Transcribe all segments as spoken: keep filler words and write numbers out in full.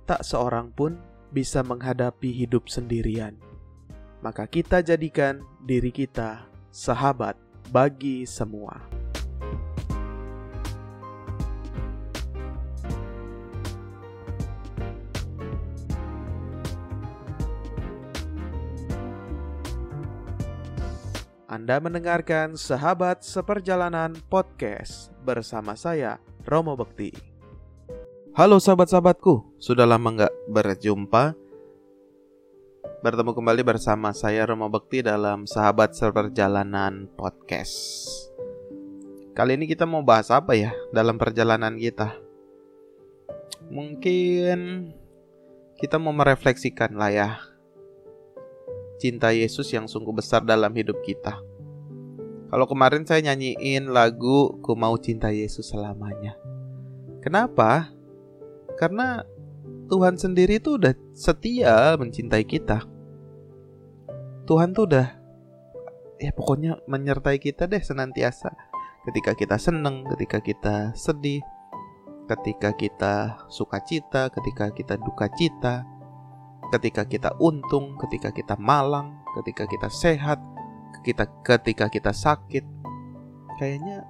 tak seorang pun bisa menghadapi hidup sendirian. Maka kita jadikan diri kita sahabat bagi semua. Anda mendengarkan Sahabat Seperjalanan Podcast bersama saya, Romo Bekti. Halo sahabat-sahabatku, sudah lama nggak berjumpa. Bertemu kembali bersama saya, Romo Bekti, dalam Sahabat Seperjalanan Podcast. Kali ini kita mau bahas apa ya dalam perjalanan kita? Mungkin kita mau merefleksikan lah ya, cinta Yesus yang sungguh besar dalam hidup kita. Kalau kemarin saya nyanyiin lagu Ku Mau Cinta Yesus Selamanya. Kenapa? Karena Tuhan sendiri tuh udah setia mencintai kita. Tuhan tuh udah, ya pokoknya menyertai kita deh senantiasa. Ketika kita seneng, ketika kita sedih, ketika kita sukacita, ketika kita duka cita, ketika kita untung, ketika kita malang, ketika kita sehat, kita ketika kita sakit. Kayaknya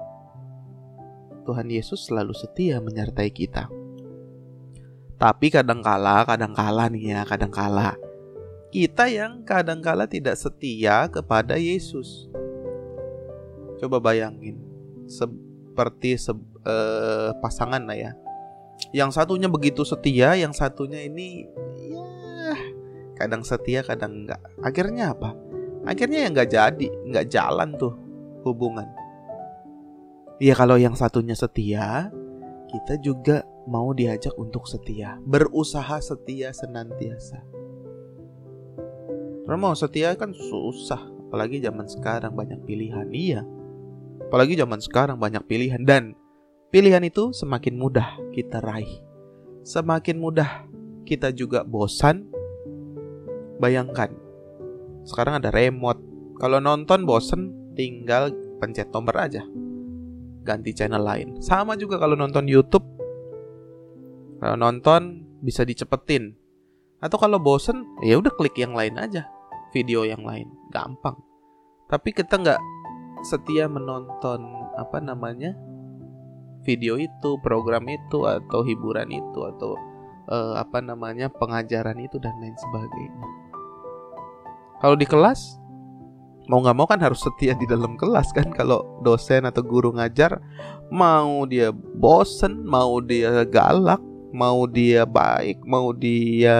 Tuhan Yesus selalu setia menyertai kita. Tapi kadangkala, kadangkala nih ya, kadangkala kita yang kadangkala tidak setia kepada Yesus. Coba bayangin, seperti se, eh, pasangan lah ya. Yang satunya begitu setia, yang satunya ini ya kadang setia, kadang enggak. Akhirnya apa? Akhirnya ya enggak jadi, enggak jalan tuh hubungan. Ya kalau yang satunya setia, kita juga mau diajak untuk setia, berusaha setia senantiasa. Romo, setia kan susah, apalagi zaman sekarang banyak pilihan. Iya, apalagi zaman sekarang banyak pilihan, dan pilihan itu semakin mudah kita raih, semakin mudah kita juga bosan. Bayangkan, sekarang ada remote. Kalau nonton bosan, tinggal pencet tombol aja, ganti channel lain. Sama juga kalau nonton YouTube. Kalau nonton bisa dicepetin. Atau kalau bosan, ya udah klik yang lain aja, video yang lain, gampang. Tapi kita nggak setia menonton apa namanya video itu, program itu, atau hiburan itu, atau uh, apa namanya pengajaran itu dan lain sebagainya. Kalau di kelas, mau nggak mau kan harus setia di dalam kelas kan. Kalau dosen atau guru ngajar, mau dia bosen, mau dia galak, mau dia baik, mau dia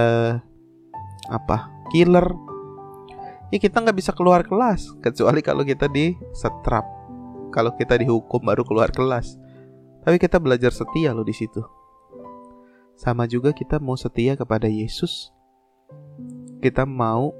apa killer, ya kita nggak bisa keluar kelas kecuali kalau kita di setrap. Kalau kita dihukum baru keluar kelas. Tapi kita belajar setia loh di situ. Sama juga kita mau setia kepada Yesus. Kita mau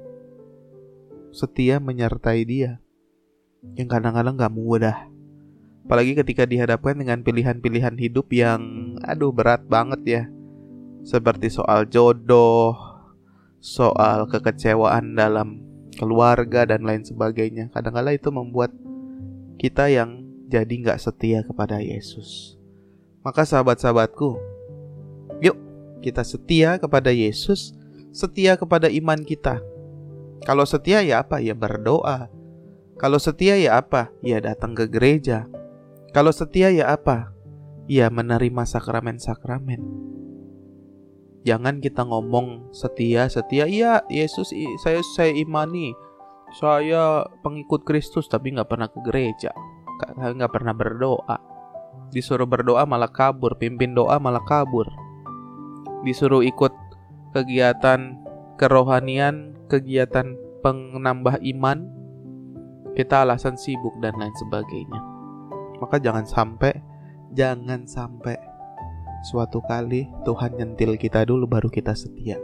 setia menyertai Dia, yang kadang-kadang gak mudah. Apalagi ketika dihadapkan dengan pilihan-pilihan hidup yang aduh berat banget ya. Seperti soal jodoh, soal kekecewaan dalam keluarga dan lain sebagainya. Kadang-kadang itu membuat kita yang jadi gak setia kepada Yesus. Maka sahabat-sahabatku, yuk kita setia kepada Yesus, setia kepada iman kita. Kalau setia ya apa? Ya berdoa. Kalau setia ya apa? Ya datang ke gereja. Kalau setia ya apa? Ya menerima sakramen-sakramen. Jangan kita ngomong setia, setia. Iya Yesus, saya saya imani, saya pengikut Kristus, tapi gak pernah ke gereja, gak pernah berdoa. Disuruh berdoa malah kabur, pimpin doa malah kabur. Disuruh ikut kegiatan kerohanian, kegiatan penambah iman, kita alasan sibuk dan lain sebagainya. Maka jangan sampai Jangan sampai suatu kali Tuhan nyentil kita dulu baru kita setia.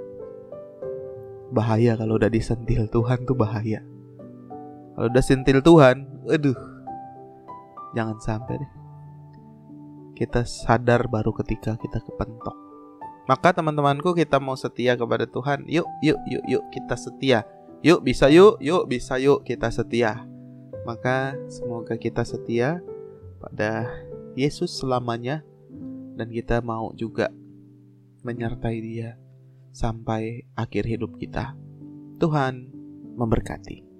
Bahaya kalau udah disentil Tuhan tuh bahaya. Kalau udah sentil Tuhan, aduh, jangan sampai deh. Kita sadar baru ketika kita kepentok. Maka teman-temanku, kita mau setia kepada Tuhan. Yuk, yuk, yuk, yuk kita setia. Yuk bisa yuk, yuk bisa yuk kita setia. Maka semoga kita setia pada Yesus selamanya. Dan kita mau juga menyertai Dia sampai akhir hidup kita. Tuhan memberkati.